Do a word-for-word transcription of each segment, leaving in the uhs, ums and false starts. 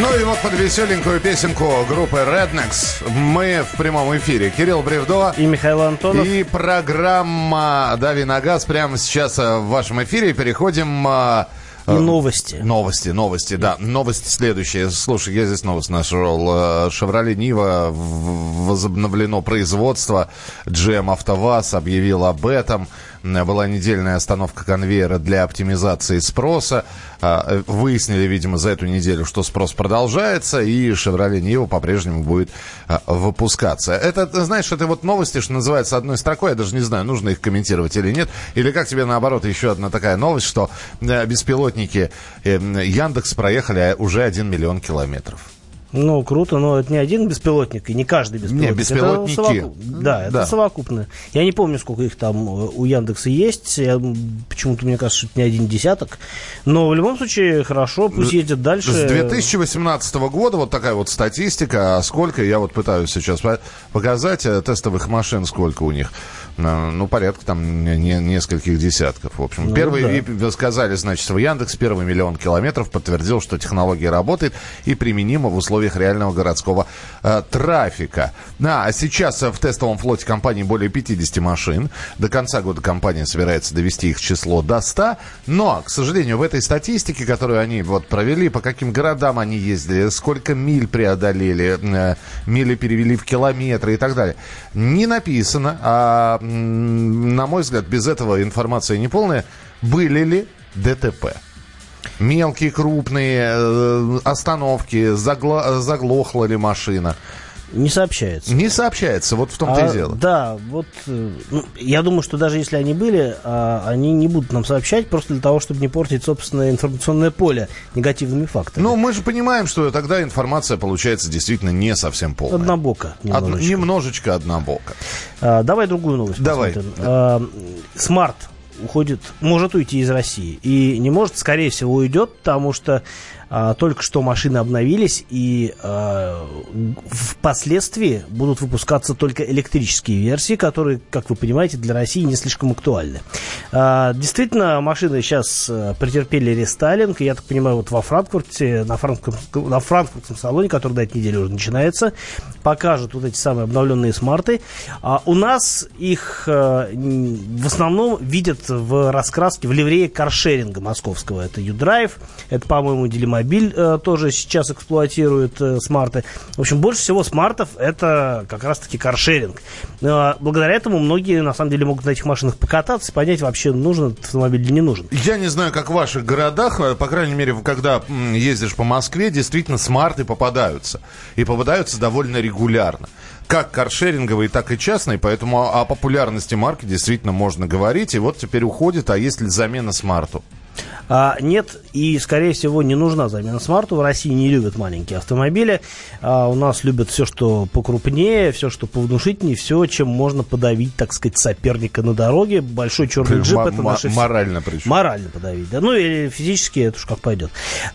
Ну и вот под веселенькую песенку группы Rednecks мы в прямом эфире. Кирилл Бревдо и Михаил Антонов. И программа «Дави на газ» прямо сейчас в вашем эфире. Переходим... И новости. Новости, новости, да. Новости следующие. Слушай, я здесь новость нашел. «Шевроле Нива» возобновлено производство. джи эм «АвтоВАЗ» объявил об этом. Была недельная остановка конвейера для оптимизации спроса. Выяснили, видимо, за эту неделю, что спрос продолжается, и «Шевроле Нива» по-прежнему будет выпускаться. Это, знаешь, это вот новости, что называется, одной строкой. Я даже не знаю, нужно их комментировать или нет. Или как тебе, наоборот, еще одна такая новость, что беспилотники Яндекс проехали уже один миллион километров. Ну, круто, но это не один беспилотник, и не каждый беспилотник. Не, беспилотники. Это совокуп... Да, это да. совокупно. Я не помню, сколько их там у Яндекса есть. Я... Почему-то мне кажется, что это не один десяток. Но в любом случае, хорошо, пусть ездят дальше. С две тысячи восемнадцатого года вот такая вот статистика. А сколько, я вот пытаюсь сейчас показать, тестовых машин, сколько у них. Ну, порядка там не, нескольких десятков. В общем, ну, первый, да. сказали, значит, в Яндекс первый миллион километров подтвердил, что технология работает и применима в условиях реального городского э, трафика. А, а сейчас в тестовом флоте компании более пятьдесят машин. До конца года компания собирается довести их число до ста. Но, к сожалению, в этой статистике, которую они вот провели, по каким городам они ездили, сколько миль преодолели, э, мили перевели в километры и так далее, не написано, а на мой взгляд, без этого информация неполная. Были ли ДТП? Мелкие, крупные, остановки, загло... заглохла ли машина? Не сообщается. Не сообщается, вот в том-то а, и дело. Да, вот ну, я думаю, что даже если они были, а, они не будут нам сообщать просто для того, чтобы не портить собственное информационное поле негативными фактами. Ну, мы же понимаем, что тогда информация получается действительно не совсем полная. Однобоко. Немножечко, Од... немножечко однобоко. А, давай другую новость Давай. посмотрим. Смарт уходит, может уйти из России. И не может, скорее всего, уйдет, потому что а, только что машины обновились, и а, впоследствии будут выпускаться только электрические версии, которые, как вы понимаете, для России не слишком актуальны. А, действительно, машины сейчас претерпели рестайлинг, и я так понимаю, вот во Франкфурте, на, Франкфурт, на франкфуртском салоне, который до этой недели уже начинается, покажут вот эти самые обновленные смарты. А, у нас их а, в основном видят в раскраске, в ливрее каршеринга московского. Это U-Drive, это, по-моему, Делимобиль э, тоже сейчас эксплуатирует э, смарты. В общем, больше всего смартов это как раз-таки каршеринг. Э, благодаря этому многие, на самом деле, могут на этих машинах покататься и понять, вообще нужен этот автомобиль или не нужен. Я не знаю, как в ваших городах, по крайней мере, когда ездишь по Москве, действительно смарты попадаются. И попадаются довольно регулярно. Как каршеринговые, так и частные, поэтому о популярности марки действительно можно говорить. И вот теперь уходит, а есть ли замена смарту? А, нет, и, скорее всего, не нужна замена смарту. В России не любят маленькие автомобили. А, у нас любят все, что покрупнее, все, что повнушительнее, все, чем можно подавить, так сказать, соперника на дороге. Большой черный джип м- это м- наше... Морально причем. Морально подавить, да. Ну, или физически, это уж как пойдет.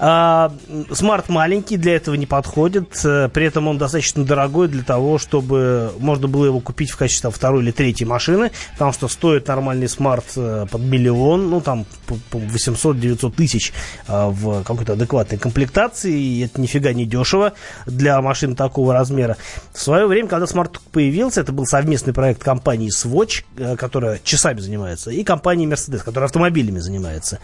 А, смарт маленький, для этого не подходит. При этом он достаточно дорогой для того, чтобы можно было его купить в качестве там, второй или третьей машины, потому что стоит нормальный смарт под миллион, ну, там, по восемьсот-девятьсот тысяч а, в какой-то адекватной комплектации, и это нифига не дешево для машин такого размера. В свое время, когда смарт появился, это был совместный проект компании Swatch, которая часами занимается, и компании Mercedes, которая автомобилями занимается.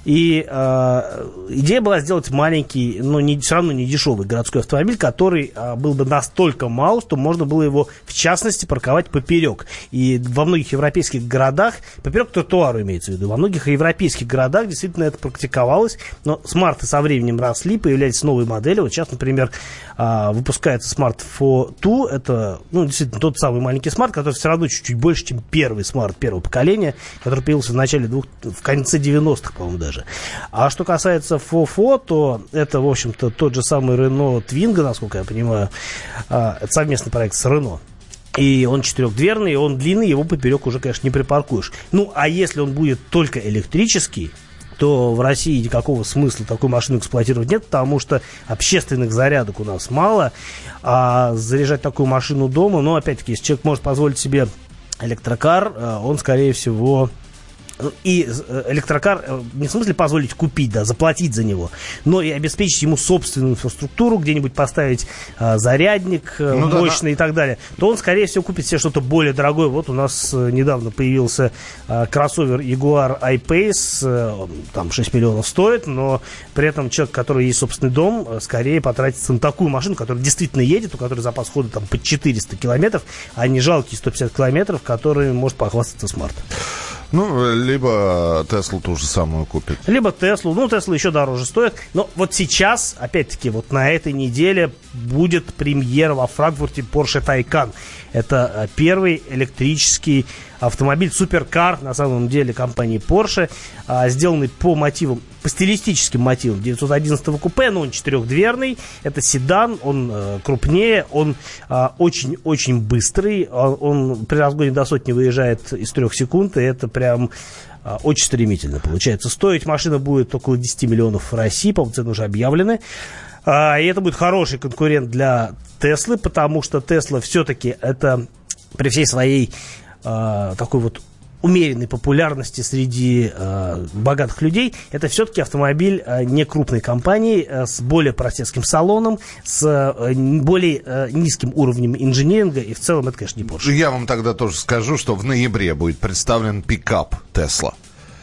И а, идея была сделать маленький, но не, все равно не дешевый городской автомобиль, который а, был бы настолько мал, что можно было его, в частности, парковать поперек. И во многих европейских городах, поперек тротуару имеется в виду, во многих европейских городах действительно это практиковалось, но смарты со временем росли, появлялись новые модели. Вот сейчас, например, выпускается смарт фор два, это, ну, действительно тот самый маленький смарт, который все равно чуть-чуть больше, чем первый смарт первого поколения, который появился в начале двух, в конце девяностых, по-моему, даже. А что касается фор два, то это, в общем-то, тот же самый Renault Twingo, насколько я понимаю, это совместный проект с Renault. И он четырехдверный, он длинный, его поперек уже, конечно, не припаркуешь. Ну, а если он будет только электрический, то в России никакого смысла такую машину эксплуатировать нет, потому что общественных зарядок у нас мало, а заряжать такую машину дома, ну, опять-таки, если человек может позволить себе электрокар, он, скорее всего, и электрокар не в смысле позволить купить, да, заплатить за него, но и обеспечить ему собственную инфраструктуру, где-нибудь поставить а, зарядник ну, мощный да, да. и так далее, то он, скорее всего, купит себе что-то более дорогое. Вот у нас недавно появился а, кроссовер Jaguar I-Pace, а, там шесть миллионов стоит, но при этом человек, у которого есть собственный дом, скорее потратится на такую машину, которая действительно едет, у которой запас хода там под четыреста километров, а не жалкие сто пятьдесят километров, которыми может похвастаться Смарт. Ну, либо Теслу ту же самую купит. Либо Теслу. Ну, Тесла еще дороже стоит. Но вот сейчас, опять-таки, вот на этой неделе будет премьера во Франкфурте Porsche Taycan. Это первый электрический автомобиль, суперкар, на самом деле, компании Porsche, сделанный по мотивам, по стилистическим мотивам девятьсот одиннадцатого купе, но он четырехдверный, это седан, он э, крупнее, он очень-очень э, быстрый, он, он при разгоне до сотни выезжает из трех секунд, и это прям э, очень стремительно получается. Стоить машина будет около десять миллионов в России, по-моему, цены уже объявлены. А, и это будет хороший конкурент для Теслы, потому что Тесла все-таки это при всей своей а, такой вот умеренной популярности среди а, богатых людей, это все-таки автомобиль а, не крупной компании, а, с более простецким салоном, с а, более а, низким уровнем инжиниринга, и в целом это, конечно, не Porsche. Я вам тогда тоже скажу, что в ноябре будет представлен пикап Tesla.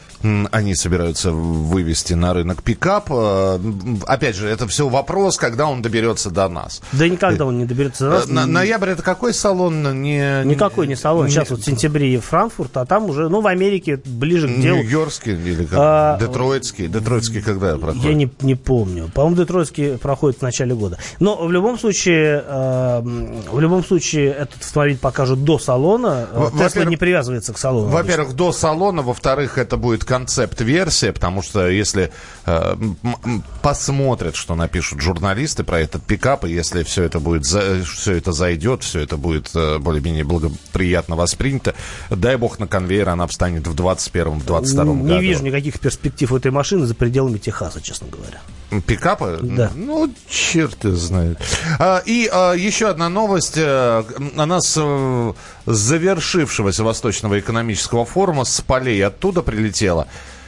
Они собираются вывести на рынок пикап. Опять же, это все вопрос, когда он доберется до нас. Да никогда он не доберется до нас. На, ноябрь это какой салон? Не, Никакой не салон. Не... Сейчас вот в сентябре Франкфурт, а там уже, ну, в Америке ближе к делу. Нью-Йоркский или как? А, Детройтский. Детройтский когда проходит? Я не, не помню. По-моему, Детройтский проходит в начале года. Но в любом случае, э, в любом случае, этот автомобиль покажут до салона. Тесла не привязывается к салону. Во-первых, обычно. До салона. Во-вторых, это будет концепт-версия, потому что если э, м- посмотрят, что напишут журналисты про этот пикап, и если все это будет, за, все это зайдет, все это будет э, более-менее благоприятно воспринято, дай бог на конвейер она встанет в двадцать первом - двадцать втором году. Не вижу никаких перспектив у этой машины за пределами Техаса, честно говоря. Пикапы? Да. Ну, черт их знает. А, и а, еще одна новость. Она с завершившегося Восточного экономического форума, с полей оттуда прилетела.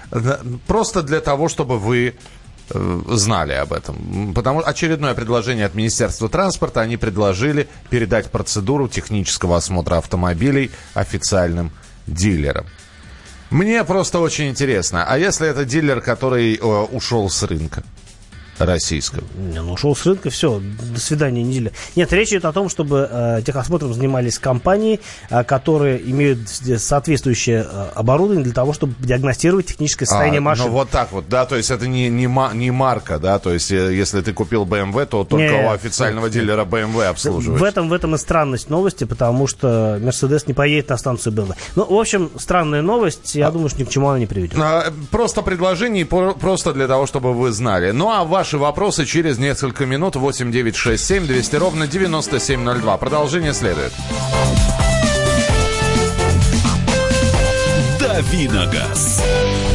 Просто для того, чтобы вы знали об этом. Потому что очередное предложение от Министерства транспорта. Они предложили передать процедуру технического осмотра автомобилей официальным дилерам. Мне просто очень интересно. А если это дилер, который э, ушел с рынка российского? Не, ну ушел с рынка, все, до свидания, неделя. Нет, речь идет о том, чтобы э, техосмотром занимались компании, э, которые имеют соответствующее э, оборудование для того, чтобы диагностировать техническое состояние а, машины. Ну вот так вот, да, то есть это не, не, не марка, да, то есть если ты купил бэ эм вэ, то только не, у официального нет, дилера бэ эм вэ обслуживаешь. В этом, в этом и странность новости, потому что Mercedes не поедет на станцию бэ эм вэ. Ну, в общем, странная новость, я а, думаю, что ни к чему она не приведет. А, просто предложение, просто для того, чтобы вы знали. Ну, а ваши вопросы через несколько минут. Восемь девять шесть семь двести ровно девяносто семь ноль два. Продолжение следует. Давиногаз.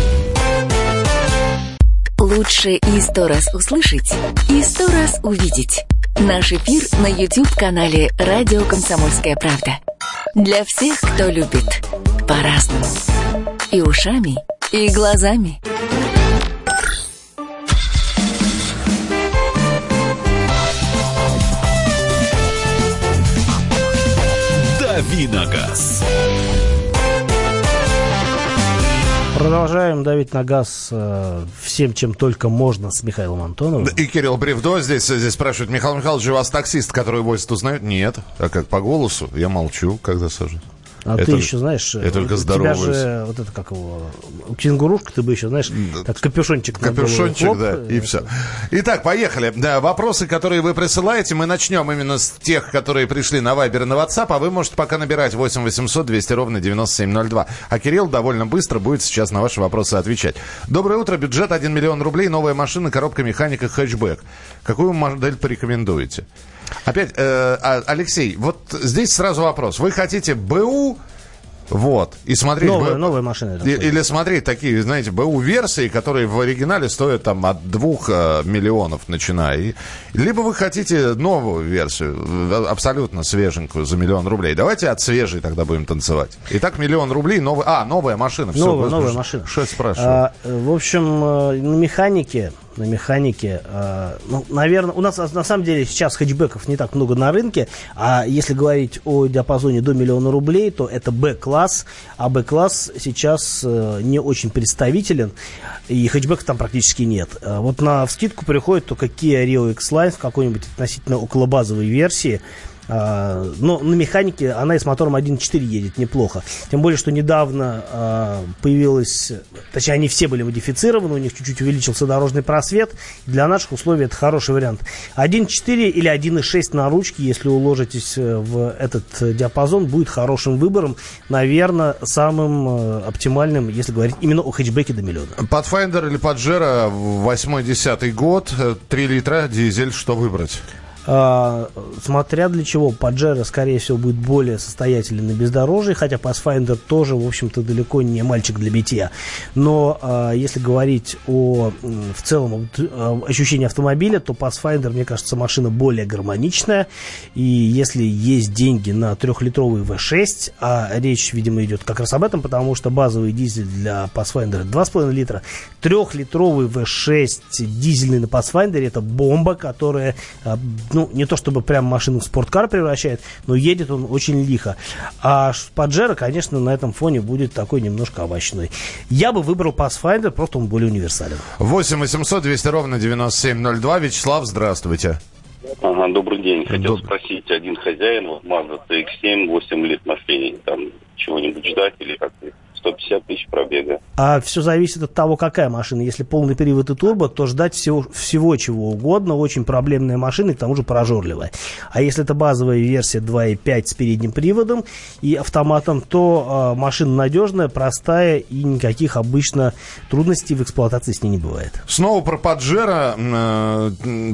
Лучше и сто раз услышать, и сто раз увидеть. Наш эфир на YouTube-канале «Радио Комсомольская правда». Для всех, кто любит по-разному. И ушами, и глазами. Давиногаз. Продолжаем давить на газ э, всем, чем только можно, с Михаилом Антоновым. И Кирилл Бревдо здесь, здесь спрашивает: Михаил Михайлович, у вас таксист, который возит, узнают? Нет. А как по голосу? Я молчу, когда сажусь. А это, ты еще знаешь, я только у тебя здороваюсь. же, вот это как его, кенгурушка, ты бы еще, знаешь, как капюшончик. Капюшончик, да, и все. Итак, поехали. Да, вопросы, которые вы присылаете, мы начнем именно с тех, которые пришли на Вайбер и на WhatsApp, а вы можете пока набирать восемь восемьсот двести ровно девяносто семь ноль два. А Кирилл довольно быстро будет сейчас на ваши вопросы отвечать. Доброе утро, бюджет один миллион рублей, новая машина, коробка механика, хэтчбэк. Какую модель порекомендуете? Опять, э, Алексей, вот здесь сразу вопрос. Вы хотите БУ Вот. И смотреть... Новая, бы, новая машина. И, или смотреть такие, знаете, БУ-версии, которые в оригинале стоят там от двух э, миллионов начиная. И, либо вы хотите новую версию, абсолютно свеженькую, за миллион рублей. Давайте от свежей тогда будем танцевать. Итак, миллион рублей, новый... А, новая машина. Все, новая, вы, новая что, машина. Что я спрашиваю? А, в общем, на механике... на механике. Э, ну, наверное, у нас на самом деле сейчас хэтчбеков не так много на рынке, а если говорить о диапазоне до миллиона рублей, то это Б-класс, а Б-класс сейчас э, не очень представителен, и хэтчбеков там практически нет. Э, вот на вскидку приходит только Kia Rio X-Line в какой-нибудь относительно околобазовой версии. Uh, но на механике она и с мотором один и четыре едет неплохо. Тем более, что недавно uh, появилась... Точнее, они все были модифицированы, у них чуть-чуть увеличился дорожный просвет. Для наших условий это хороший вариант. один и четыре или один и шесть на ручке, если уложитесь в этот диапазон, будет хорошим выбором. Наверное, самым uh, оптимальным, если говорить именно о хэтчбеке до миллиона. Pathfinder или Pajero, восьмой-десятый год, три литра, дизель, что выбрать? Uh, смотря для чего. Pajero, скорее всего, будет более состоятельный на бездорожье, хотя Pathfinder тоже, в общем-то, далеко не мальчик для битья. Но uh, если говорить о, в целом, uh, ощущении автомобиля, то Pathfinder, мне кажется, машина более гармоничная. И если есть деньги на трехлитровый ви шесть, а речь, видимо, идет как раз об этом, потому что базовый дизель для Pathfinder два с половиной литра, трехлитровый ви шесть дизельный на Pathfinder — это бомба, которая... Uh, ну, не то чтобы прям машину в спорткар превращает, но едет он очень лихо. А Pajero, конечно, на этом фоне будет такой немножко овощной. Я бы выбрал Pathfinder, просто он более универсален. восемь восемьсот двести ровно девяносто семь ноль два. Вячеслав, здравствуйте. Ага, добрый день. Хотел Доб... спросить, один хозяин, вот Mazda си икс семь, восемь лет машине, там чего-нибудь ждать или как-то? сто пятьдесят тысяч пробега. А все зависит от того, какая машина. Если полный привод и турбо, то ждать всего, всего чего угодно. Очень проблемная машина и к тому же прожорливая. А если это базовая версия два и пять с передним приводом и автоматом, то э, машина надежная, простая и никаких обычно трудностей в эксплуатации с ней не бывает. Снова про Pajero. Э,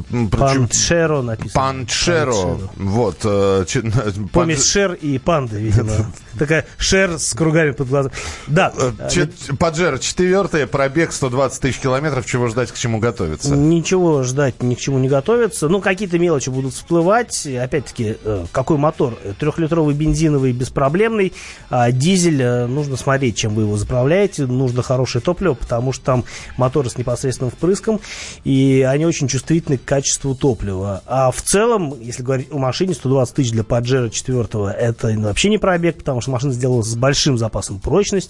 Pajero написано. Pajero. Вот. Э, ч... Помесь шер и панда, видимо. Такая шер с кругами под глазами. Да. Pajero четвертый, пробег сто двадцать тысяч километров. Чего ждать, к чему готовиться? Ничего ждать, ни к чему не готовиться. Ну, какие-то мелочи будут всплывать. Опять-таки, какой мотор? Трехлитровый бензиновый, беспроблемный. А дизель, нужно смотреть, чем вы его заправляете. Нужно хорошее топливо, потому что там моторы с непосредственным впрыском, и они очень чувствительны к качеству топлива. А в целом, если говорить о машине, сто двадцать тысяч для Pajero четвертого, это вообще не пробег, потому что машина сделана с большим запасом прочности.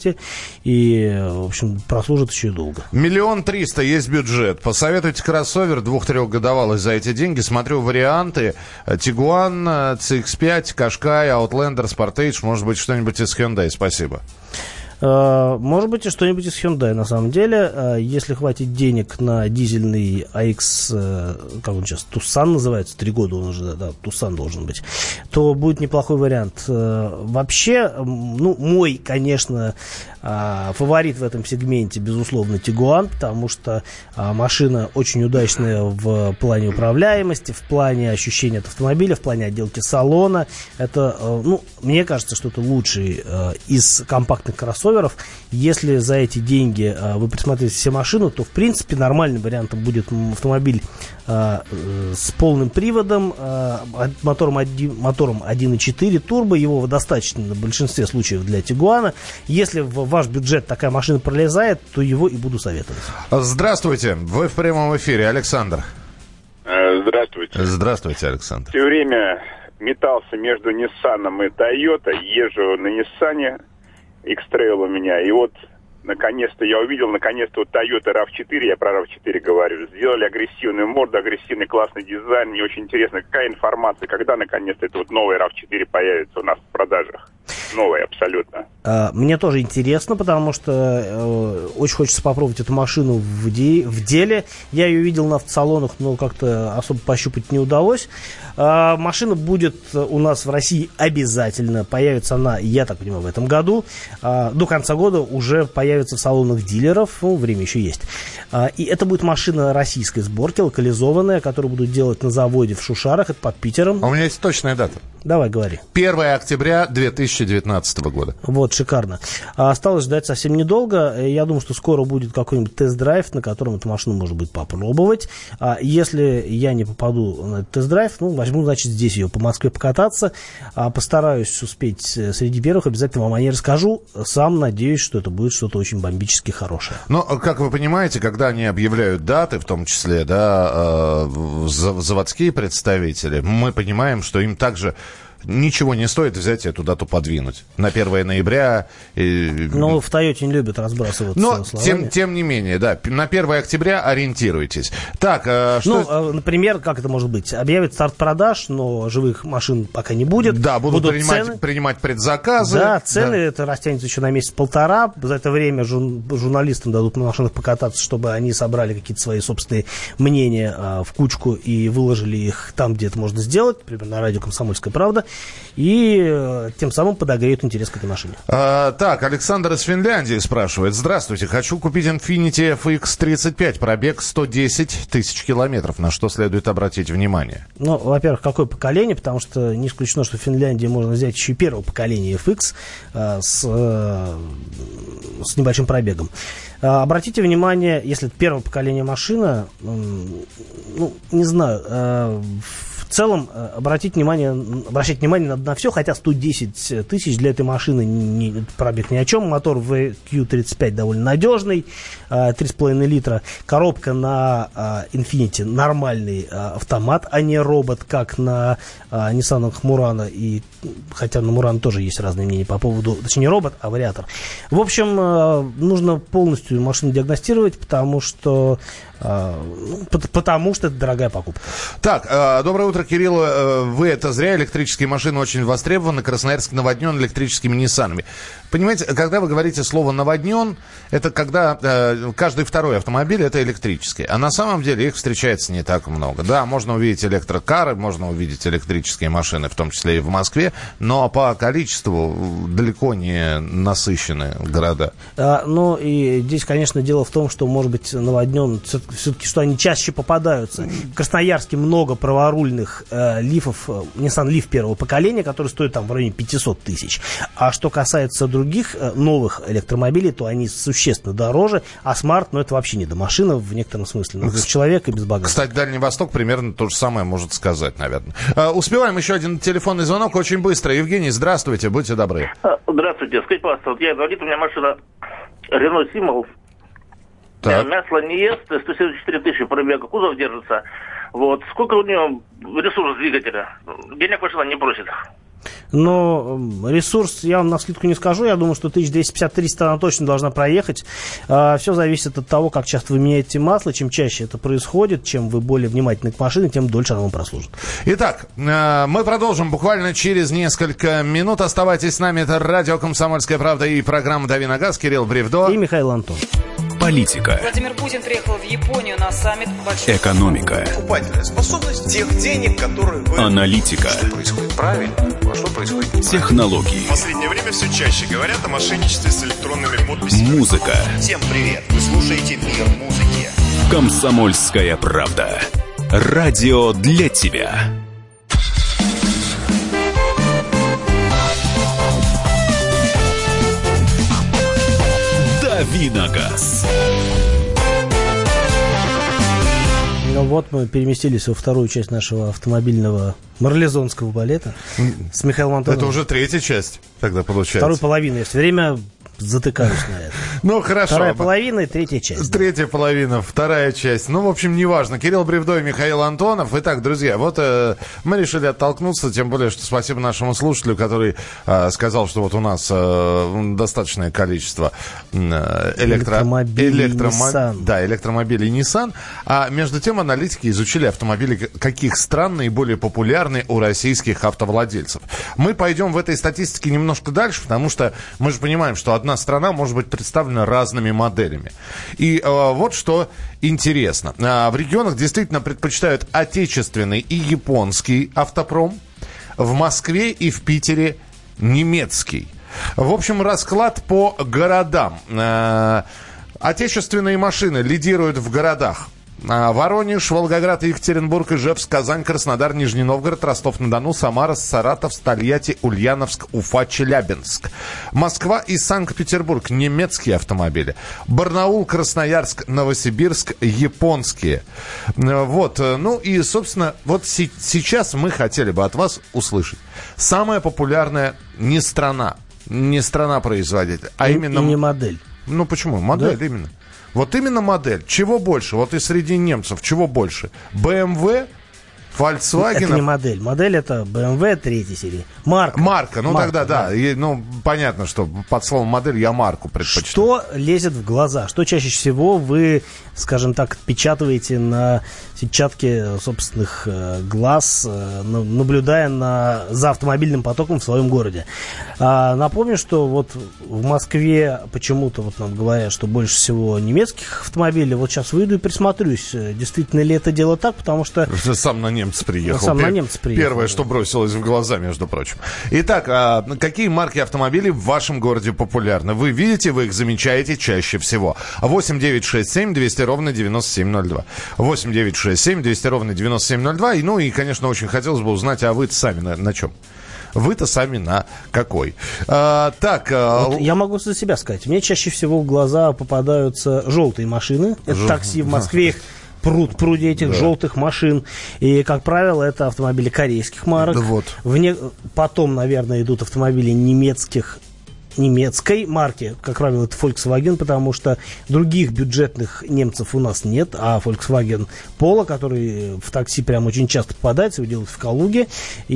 И, в общем, прослужит еще долго. Миллион триста есть бюджет. Посоветуйте кроссовер двух-трехгодовалый за эти деньги. Смотрю варианты. Tiguan, си икс пять, Qashqai, Outlander, Sportage. Может быть, что-нибудь из Hyundai. Спасибо. Может быть, и что-нибудь из Hyundai, на самом деле. Если хватит денег на дизельный эй икс, как он сейчас, Tucson называется, три года он уже, да, Tucson должен быть, то будет неплохой вариант. Вообще, ну, мой, конечно, фаворит в этом сегменте, безусловно, Tiguan, потому что машина очень удачная в плане управляемости, в плане ощущения от автомобиля, в плане отделки салона. Это, ну, мне кажется, что это лучший из компактных кроссоверов. Если за эти деньги а, вы присмотрите все машину, то в принципе нормальным вариантом будет автомобиль а, с полным приводом, а, мотором, один, мотором один и четыре турбо. Его достаточно в большинстве случаев для Тигуана. Если в ваш бюджет такая машина пролезает, то его и буду советовать. Здравствуйте, вы в прямом эфире, Александр. Здравствуйте. Здравствуйте, Александр. Все время метался между Ниссаном и Тойотой, езжу на Ниссане. X-Trail у меня, и вот наконец-то я увидел, наконец-то вот Toyota рав четыре, я про рав четыре говорю, сделали агрессивную морду, агрессивный классный дизайн, мне очень интересно, какая информация, когда наконец-то это вот новый рав четыре появится у нас в продажах, новый абсолютно. Мне тоже интересно, потому что э, очень хочется попробовать эту машину в, де- в деле. Я ее видел на автосалонах, но как-то особо пощупать не удалось. Э, машина будет у нас в России обязательно. Появится она, я так понимаю, в этом году. Э, до конца года уже появится в салонах дилеров. Ну, время еще есть. Э, и это будет машина российской сборки, локализованная, которую будут делать на заводе в Шушарах. Это под Питером. А у меня есть точная дата. Давай, говори. первое октября две тысячи девятнадцатого года. Вот, это шикарно. А осталось ждать совсем недолго. Я думаю, что скоро будет какой-нибудь тест-драйв, на котором эту машину можно будет попробовать. А если я не попаду на этот тест-драйв, ну, возьму, значит, здесь ее по Москве покататься. А постараюсь успеть среди первых. Обязательно вам о ней расскажу. Сам надеюсь, что это будет что-то очень бомбически хорошее. Но, как вы понимаете, когда они объявляют даты, в том числе, да, заводские представители, мы понимаем, что им также ничего не стоит взять эту дату подвинуть на первое ноября. И... Ну, в Тойоте не любят разбрасываться Но, словами. Тем, тем не менее, да, на первое октября ориентируйтесь. Так, э, что... Ну, например, как это может быть? Объявят старт продаж, но живых машин пока не будет. Да, будут, будут принимать, цены. принимать предзаказы. Да, цены, да. Это растянется еще на месяц-полтора. За это время жур... журналистам дадут на машинах покататься, чтобы они собрали какие-то свои собственные мнения а, в кучку и выложили их там, где это можно сделать, например, на радио «Комсомольская правда». И э, тем самым подогреют интерес к этой машине. А, так, Александр из Финляндии спрашивает. Здравствуйте, хочу купить Infiniti эф икс тридцать пять, пробег сто десять тысяч километров. На что следует обратить внимание? Ну, во-первых, какое поколение? Потому что не исключено, что в Финляндии можно взять еще и первого поколения эф икс э, с, э, с небольшим пробегом. Э, обратите внимание, если это первое поколение машина, э, ну, не знаю, э, в целом, обратить внимание, обращать внимание на, на все, хотя сто десять тысяч для этой машины не, пробег ни о чем. Мотор ви кью тридцать пять довольно надежный, три с половиной литра. Коробка на Infiniti нормальный автомат, а не робот, как на Nissan Murano. И, хотя на Murano тоже есть разные мнения по поводу, точнее не робот, а вариатор. В общем, нужно полностью машину диагностировать, потому что потому что это дорогая покупка. Так, э, доброе утро, Кирилл. Э, вы это зря. Электрические машины очень востребованы. Красноярск наводнен электрическими Ниссанами. Понимаете, когда вы говорите слово «наводнен», это когда э, каждый второй автомобиль это электрический. А на самом деле их встречается не так много. Да, можно увидеть электрокары, можно увидеть электрические машины, в том числе и в Москве, но по количеству далеко не насыщены города. А, ну и здесь, конечно, дело в том, что, может быть, наводнен все-таки, что они чаще попадаются. В Красноярске много праворульных э, лифов, э, Nissan Leaf первого поколения, который стоит там в районе пятьсот тысяч. А что касается других э, новых электромобилей, то они существенно дороже, а Smart, ну, это вообще не до машины в некотором смысле. Ну, без человека и без багажа. Кстати, Дальний Восток примерно то же самое может сказать, наверное. А, успеваем еще один телефонный звонок очень быстро. Евгений, здравствуйте, будьте добры. Здравствуйте, скажите, пожалуйста, вот я инвалид, у меня машина Renault Символ. Так. Масло не ест, сто семьдесят четыре тысячи пробега, кузов держится. Вот. Сколько у нее ресурс двигателя? Денег машина не просит. Но ресурс, я вам навскидку не скажу, я думаю, что тысяч двести пятьдесят - триста она точно должна проехать. Все зависит от того, как часто вы меняете масло. Чем чаще это происходит, чем вы более внимательны к машине, тем дольше она вам прослужит. Итак, мы продолжим буквально через несколько минут. Оставайтесь с нами. Это радио «Комсомольская правда» и программа «Дави на газ». Кирилл Бревдо и Михаил Антон. Политика. Владимир Путин приехал в Японию на саммит большой... Экономика. Покупательная способность тех денег, которые вы... Аналитика. Что происходит правильно, а что происходит неправильно. Технологии. В последнее время все чаще говорят о мошенничестве с электронными подписями. Музыка. Всем привет, вы слушаете «Мир музыки». Комсомольская правда. Радио для тебя. Дави на газ. Ну вот мы переместились во вторую часть нашего автомобильного марлезонского балета с Михаилом Антоновым. Это уже третья часть тогда получается. Вторую половину. Я все время затыкаюсь на это. Ну, хорошо. Вторая половина и третья часть. Третья да. половина, вторая часть. Ну, в общем, неважно. Кирилл Бревдо и Михаил Антонов. Итак, друзья, вот э, мы решили оттолкнуться, тем более, что спасибо нашему слушателю, который э, сказал, что вот у нас э, достаточное количество э, электро... электромобилей электромо... Nissan. Да, электромобилей Nissan. А между тем аналитики изучили автомобили, каких стран наиболее популярны у российских автовладельцев. Мы пойдем в этой статистике немножко дальше, потому что мы же понимаем, что одна страна может быть представлена разными моделями. И э, вот что интересно. Э, в регионах действительно предпочитают отечественный и японский автопром. В Москве и в Питере немецкий. В общем, расклад по городам. Э, отечественные машины лидируют в городах. Воронеж, Волгоград, Екатеринбург, Ижевск, Казань, Краснодар, Нижний Новгород, Ростов-на-Дону, Самара, Саратов, Тольятти, Ульяновск, Уфа, Челябинск. Москва и Санкт-Петербург. Немецкие автомобили. Барнаул, Красноярск, Новосибирск, японские. Вот. Ну и, собственно, вот си- сейчас мы хотели бы от вас услышать. Самая популярная не страна, не страна-производитель, а и, именно... И не модель. Ну почему? Модель, да? Именно. Вот именно модель. Чего больше? Вот и среди немцев чего больше? бэ эм вэ, Volkswagen... Это не модель. Модель это бэ эм вэ третьей серии. Марка. Марка. Ну марка, тогда да. да. И, ну понятно, что под словом модель я марку предпочитаю. Что лезет в глаза? Что чаще всего вы, скажем так, отпечатываете на сетчатке собственных э, глаз, э, наблюдая на, за автомобильным потоком в своем городе? А, напомню, что вот в Москве почему-то вот нам говорят, что больше всего немецких автомобилей. Вот сейчас выйду и присмотрюсь, действительно ли это дело так, потому что... Сам на немца приехал. Сам на немца приехал. Первое, да. что бросилось в глаза, между прочим. Итак, а какие марки автомобилей в вашем городе популярны? Вы видите, вы их замечаете чаще всего. восемь девятьсот шестьдесят семь двести ровно девяносто семь ноль два. восемь девятьсот шестьдесят семь двести ровно девяносто семь ноль два. И, ну и, конечно, очень хотелось бы узнать, а вы-то сами на, на чем? Вы-то сами на какой? А, так... А... Вот я могу за себя сказать. Мне чаще всего в глаза попадаются желтые машины. Это Жел... такси в Москве, их пруд, пруди этих да. желтых машин. И, как правило, это автомобили корейских марок. Вот. Вне... Потом, наверное, идут автомобили немецких немецкой марки, как правило, это Volkswagen, потому что других бюджетных немцев у нас нет, а Volkswagen Polo, который в такси прям очень часто попадается, его делают в Калуге,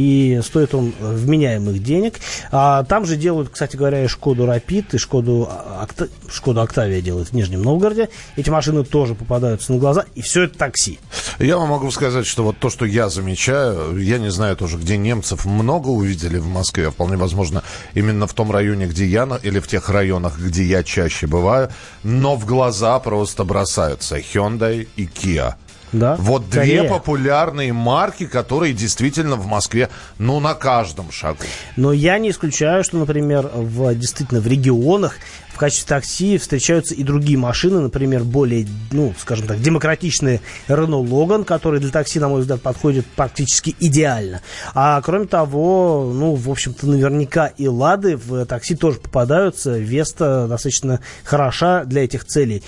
и стоит он вменяемых денег. А там же делают, кстати говоря, и Шкоду Rapid, и Шкоду, Окта... Шкоду Октавия делают в Нижнем Новгороде. Эти машины тоже попадаются на глаза, и все это такси. Я вам могу сказать, что вот то, что я замечаю, я не знаю тоже, где немцев много увидели в Москве, вполне возможно, именно в том районе, где я, или в тех районах, где я чаще бываю, но в глаза просто бросаются Hyundai и Kia. Да? Вот Корея. Две популярные марки, которые действительно в Москве, ну, на каждом шагу. Но я не исключаю, что, например, в, действительно в регионах в качестве такси встречаются и другие машины, например, более, ну, скажем так, демократичные Renault Logan, который для такси, на мой взгляд, подходит практически идеально. А кроме того, ну, в общем-то, наверняка и Лады в такси тоже попадаются. Веста достаточно хороша для этих целей,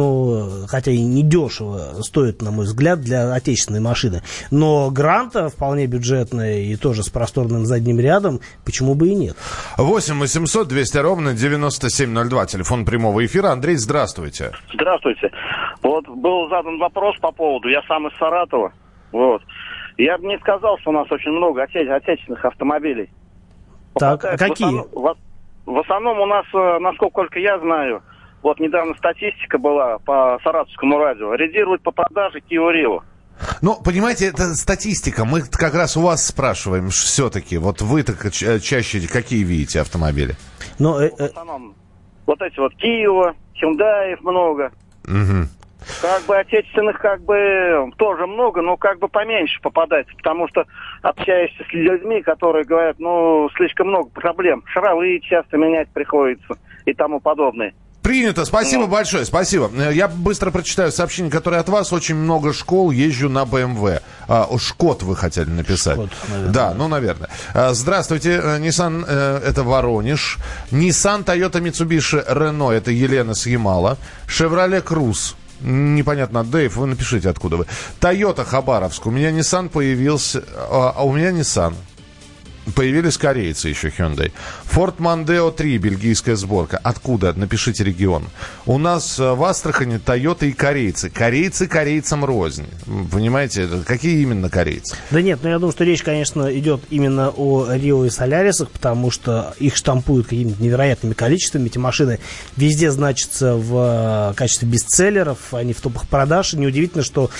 но, хотя и недешево стоит, на мой взгляд, для отечественной машины. Но Гранта вполне бюджетная и тоже с просторным задним рядом, почему бы и нет. восемь восемьсот двести ровно девяносто семь ноль два. Телефон прямого эфира. Андрей, здравствуйте. Здравствуйте. Вот был задан вопрос по поводу, я сам из Саратова, вот. Я бы не сказал, что у нас очень много отече- отечественных автомобилей. Так, а какие? В основном, в, в основном у нас, насколько только я знаю, вот недавно статистика была по Саратовскому радио, лидирует по продаже Kia Rio. Ну, понимаете, это статистика. Мы как раз у вас спрашиваем все-таки. Вот вы-то ча- чаще какие видите автомобили? Ну, э- э- в основном вот эти вот Kia, Hyundai много. Угу. Как бы отечественных как бы тоже много, но как бы поменьше попадается, потому что общаешься с людьми, которые говорят, ну, слишком много проблем. Шаровые часто менять приходится и тому подобное. Принято. Спасибо ну. большое. Спасибо. Я быстро прочитаю сообщение, которое от вас. Очень много школ. Езжу на бэ эм вэ. А, Шкот вы хотели написать. Шкот, наверное. Да, ну, наверное. Здравствуйте. Nissan, это Воронеж. Nissan, Toyota, Mitsubishi, Renault. Это Елена с Ямала. Chevrolet Cruze. Непонятно, Дэйв, вы напишите, откуда вы. Toyota, Хабаровск. У меня Nissan появился... А у меня Nissan. Появились корейцы еще, Hyundai. Ford Mondeo три, бельгийская сборка. Откуда? Напишите регион. У нас в Астрахани Toyota и корейцы. Корейцы корейцам рознь. Понимаете, какие именно корейцы? Да нет, ну я думаю, что речь, конечно, идет именно о Рио и Солярисах, потому что их штампуют какими-то невероятными количествами. Эти машины везде значатся в качестве бестселлеров, они в топах продаж. И неудивительно, что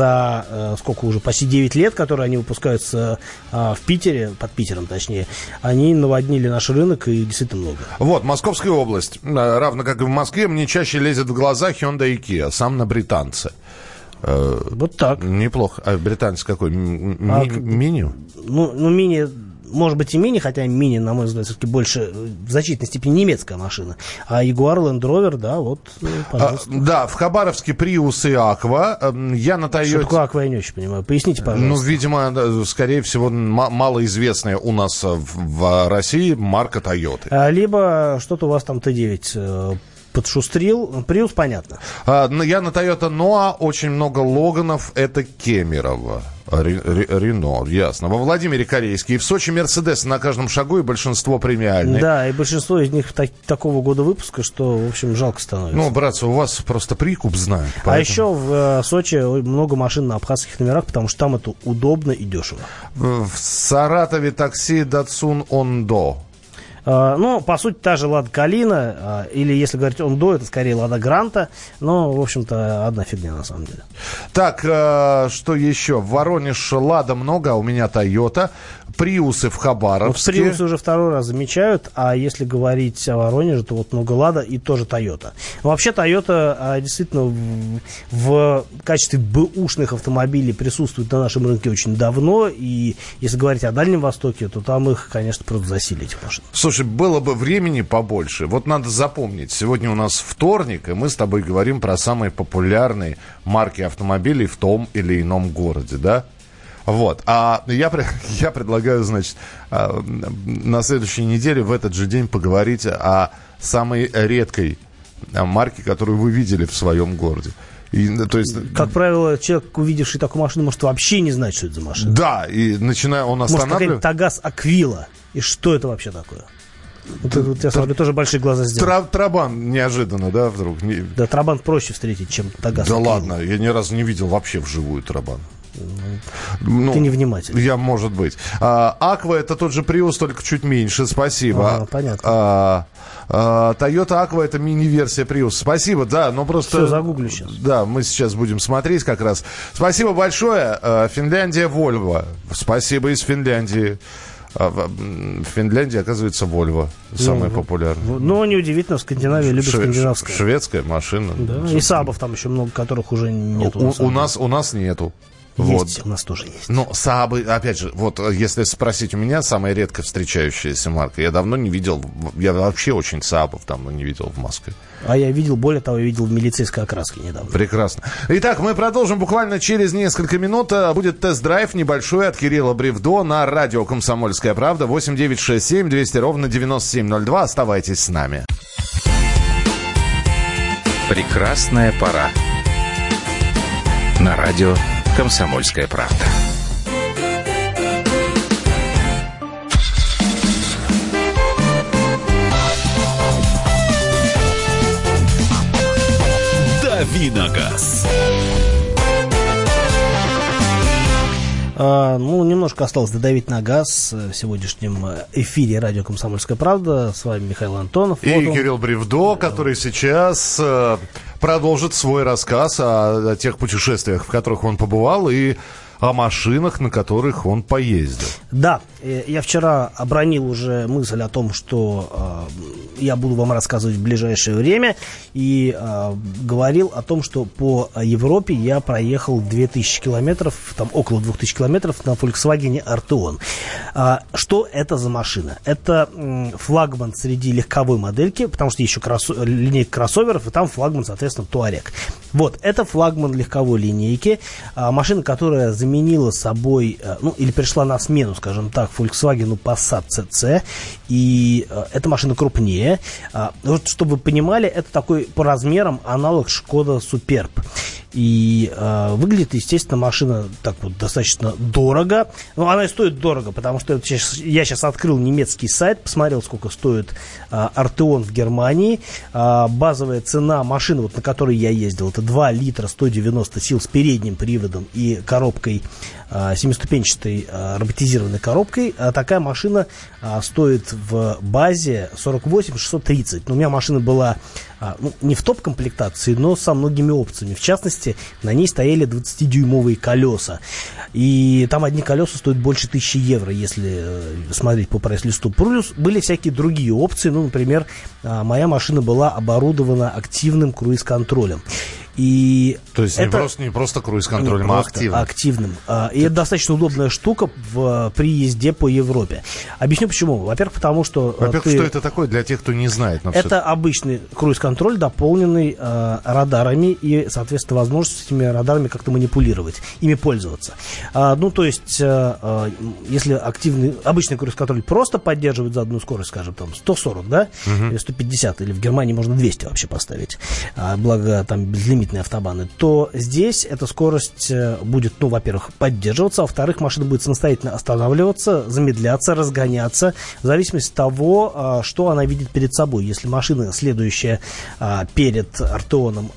за сколько уже, почти девять лет, которые они выпускаются в Питере, под Питером, точнее, они наводнили наш рынок, и действительно много. Вот, Московская область, равно как и в Москве, мне чаще лезет в глаза Hyundai и Kia, сам на британце. Вот так. Неплохо. А британец какой? Ми- а, ми- мини? Ну, ну, мини... может быть и Мини, хотя Мини, на мой взгляд, все-таки больше в значительной степени немецкая машина. А Jaguar Land Rover, да, вот, пожалуйста. А, да, в Хабаровске Prius и Aqua. Я на Тойоте... Что такое Aqua, я не очень понимаю. Поясните, пожалуйста. Ну, видимо, скорее всего, малоизвестная у нас в, в России марка Toyota. А, либо что-то у вас там Т девять подшустрил. Prius, понятно. А, я на Toyota Noah, очень много Логанов, это Кемерово. Рено, ясно. Во Владимире Корейский. И в Сочи Мерседесы на каждом шагу, и большинство премиальные. Да, и большинство из них так, такого года выпуска, что, в общем, жалко становится. Ну, братцы, у вас просто прикуп знают. Поэтому... А еще в э, Сочи много машин на абхазских номерах, потому что там это удобно и дешево. В Саратове такси Datsun Ondo. Uh, ну, по сути, та же Лада Калина, uh, или, если говорить Ондо, это скорее Лада Гранта, но, в общем-то, одна фигня, на самом деле. Так, э, что еще? В Воронеж Лада много, а у меня Тойота. Приусы в Хабаровске. Вот Приусы уже второй раз замечают, а если говорить о Воронеже, то вот много Лада и тоже Тойота. Вообще, Тойота а, действительно в, в качестве бэушных автомобилей присутствует на нашем рынке очень давно, и если говорить о Дальнем Востоке, то там их, конечно, просто засилие этих машин. Слушай, было бы времени побольше. Вот надо запомнить, сегодня у нас вторник, и мы с тобой говорим про самые популярные марки автомобилей в том или ином городе, да? Вот. А я, я предлагаю, значит, на следующей неделе, в этот же день, поговорить о самой редкой марке, которую вы видели в своем городе. И, то есть... Как правило, человек, увидевший такую машину, может вообще не знать, что это за машина. Да, и начиная он останавливает... Может, какая-нибудь Тагаз Аквила. И что это вообще такое? Вот, вот я смотрю, тоже большие глаза сделал. Тра- Трабан неожиданно, да, вдруг? Да, Трабан проще встретить, чем Тагаз Да Аквила. ладно, я ни разу не видел вообще вживую Трабан. Ну, ты невнимательный. Я, может быть. А, Аква это тот же Prius, только чуть меньше. Спасибо. А, понятно. А, а, Toyota Aqua это мини-версия Prius. Спасибо, да, но просто... Все, загуглю сейчас. Да, мы сейчас будем смотреть как раз. Спасибо большое. Финляндия, Volvo. Спасибо из Финляндии. В Финляндии, оказывается, Volvo самая ну, популярная. Ну, неудивительно, в Скандинавии любят Шве- скандинавское. Шведская машина. Да, и Сабов там еще много, которых уже нету. У, у, нас, у нас нету. Есть, вот. У нас тоже есть. Но Саабы, опять же, вот если спросить у меня, самая редко встречающаяся марка. Я давно не видел, я вообще очень Саабов давно не видел в Москве. А я видел, более того, я видел в милицейской окраске недавно. Прекрасно. Итак, мы продолжим буквально через несколько минут. Будет тест-драйв небольшой от Кирилла Бревдо на радио «Комсомольская правда». восемь девятьсот шестьдесят семь двести ровно девяносто семь ноль два. Оставайтесь с нами. Прекрасная пора. На радио «Комсомольская правда». Давиногаз. А, ну, немножко осталось додавить на газ в сегодняшнем эфире радио «Комсомольская правда». С вами Михаил Антонов. И вот Кирилл Бревдо, который сейчас э, продолжит свой рассказ о, о тех путешествиях, в которых он побывал, и о машинах, на которых он поездил. Да, я вчера обронил уже мысль о том, что э, я буду вам рассказывать в ближайшее время, и э, говорил о том, что по Европе я проехал две тысячи километров, там около двух тысяч километров на Volkswagen Arteon. А, что это за машина? Это м, флагман среди легковой модельки, потому что еще кросс- линейка кроссоверов, и там флагман, соответственно, Touareg. Вот, это флагман легковой линейки, а, машина, которая заменила собой, ну, или пришла на смену, скажем так, Volkswagen Passat си си, и э, эта машина крупнее. А, вот, чтобы вы понимали, это такой по размерам аналог Шкода Суперб. И э, выглядит, естественно, машина так вот достаточно дорого. Но она и стоит дорого, потому что это, я сейчас открыл немецкий сайт, посмотрел, сколько стоит э, Arteon в Германии. Э, базовая цена машины, вот, на которой я ездил, это два литра сто девяносто сил с передним приводом и коробкой, э, семиступенчатой э, роботизированной коробкой. А такая машина э, стоит в базе сорок восемь шестьсот тридцать. Но у меня машина была э, ну, не в топ-комплектации, но со многими опциями. В частности, на ней стояли двадцатидюймовые колеса. И там одни колеса стоят больше тысячи евро, если смотреть по прайс-листу. Плюс были всякие другие опции. Ну, например, моя машина была оборудована активным круиз-контролем. И То есть это не, просто, не просто круиз-контролем, а активным. активным. И это достаточно удобная штука в, при езде по Европе. Объясню почему. Во-первых, потому что... Во-первых, ты... что это такое для тех, кто не знает? Это обычный круиз-контроль, дополненный э, радарами и, соответственно, возможностью с этими радарами как-то манипулировать, ими пользоваться. А, ну, то есть, э, если активный, обычный круиз-контроль просто поддерживает заданную скорость, скажем, там, сто сорок, да, uh-huh. или сто пятьдесят, или в Германии можно двести вообще поставить, а, благо там безлимитные автобаны, то здесь эта скорость будет, ну, во-первых, поддерживаться, а во-вторых, машина будет самостоятельно останавливаться, замедляться, разгоняться, в зависимости от того, что она видит перед собой. Если машина, следующая перед Артеоном,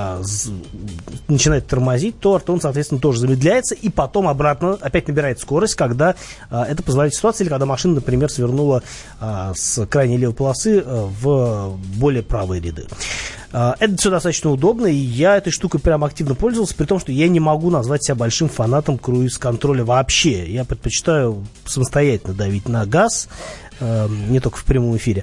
начинает тормозить, то Артеон, соответственно, тоже замедляется и потом обратно опять набирает скорость, когда это позволяет ситуации, или когда машина, например, свернула с крайней левой полосы в более правые ряды. Это все достаточно удобно, и я этой штукой прям активно пользовался, при том, что я не могу назвать себя большим фанатом круиз-контроля вообще. Я предпочитаю самостоятельно давить на газ, э, не только в прямом эфире.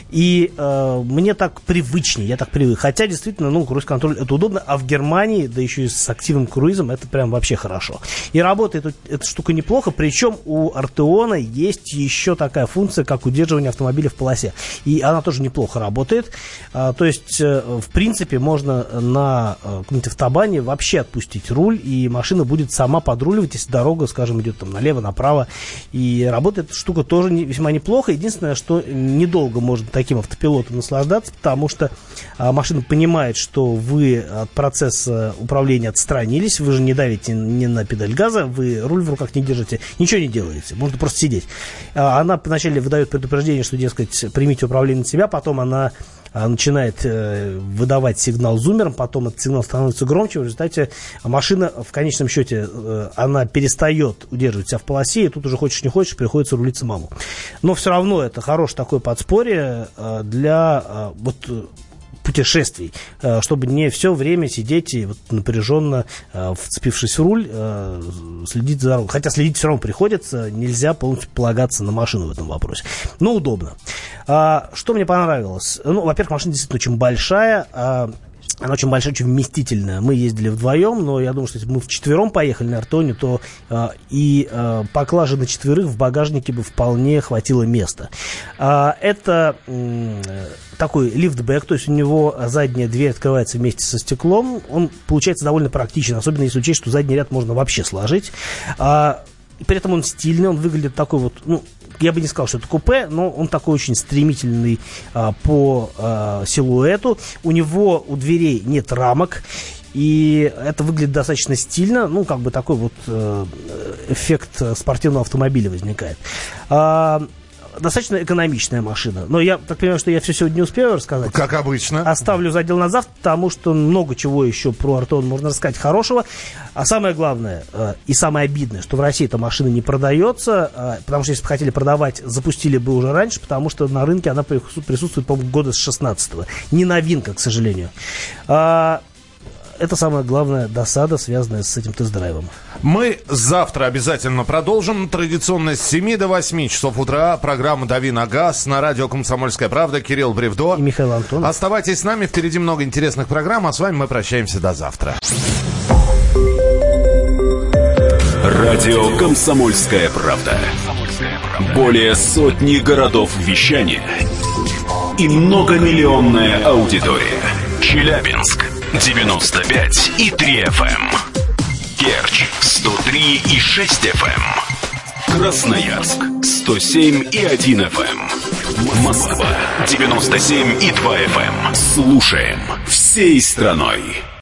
И э, мне так привычнее, я так привык. Хотя, действительно, ну, круиз-контроль это удобно, а в Германии, да еще и с активным круизом, это прям вообще хорошо. И работает эта штука неплохо, причем у Артеона есть еще такая функция, как удерживание автомобиля в полосе. И она тоже неплохо работает. А, то есть, в принципе, можно на каком-нибудь автобане вообще отпустить руль, и машина будет сама подруливать, если дорога, скажем, идет там налево, направо. И работает эта штука тоже не, весьма неплохо. Единственное, что недолго можно таким автопилотом наслаждаться, потому что а, машина понимает, что вы от процесса управления отстранились, вы же не давите ни на педаль газа, вы руль в руках не держите, ничего не делаете, можно просто сидеть. А, она вначале выдает предупреждение, что, дескать, примите управление на себя, потом она начинает э, выдавать сигнал зумером, потом этот сигнал становится громче, в результате машина в конечном счете э, она перестает удерживать себя в полосе, и тут уже хочешь не хочешь, приходится рулить самому. Но все равно это хорошее такое подспорье э, для э, вот путешествий, чтобы не все время сидеть и вот напряженно, вцепившись в руль, следить за дорогой. Хотя следить все равно приходится, нельзя полностью полагаться на машину в этом вопросе. Но удобно. Что мне понравилось? Ну, во-первых, машина действительно очень большая. Она очень большая, очень вместительная. Мы ездили вдвоем, но я думаю, что если бы мы вчетвером поехали на Артеоне, то э, и э, поклажи на четверых в багажнике бы вполне хватило места. Э, это э, такой лифтбэк, то есть у него задняя дверь открывается вместе со стеклом. Он получается довольно практичен, особенно если учесть, что задний ряд можно вообще сложить. Э, при этом он стильный, он выглядит такой вот, ну, я бы не сказал, что это купе, но он такой очень стремительный а, по а, силуэту. У него у дверей нет рамок, и это выглядит достаточно стильно. Ну, как бы такой вот э, эффект спортивного автомобиля возникает. А, достаточно экономичная машина. Но я так понимаю, что я все сегодня не успею рассказать. Как обычно. Оставлю задел на завтра, потому что много чего еще про Артеон можно рассказать хорошего. А самое главное э, и самое обидное, что в России эта машина не продается, э, потому что если бы хотели продавать, запустили бы уже раньше, потому что на рынке она присутствует, по-моему, года с шестнадцатого. Не новинка, к сожалению. А, это самая главная досада, связанная с этим тест-драйвом. Мы завтра обязательно продолжим. Традиционно с семи до восьми часов утра программа «Дави на газ» на радио «Комсомольская правда». Кирилл Бревдо и Михаил Антонов. Оставайтесь с нами, впереди много интересных программ, а с вами мы прощаемся до завтра. Радио «Комсомольская правда». Более сотни городов вещания и многомиллионная аудитория. Челябинск девяносто пять и три эф эм. Керчь сто три и шесть эф эм. Красноярск сто семь и один эф эм. Москва девяносто семь и два эф эм. Слушаем всей страной.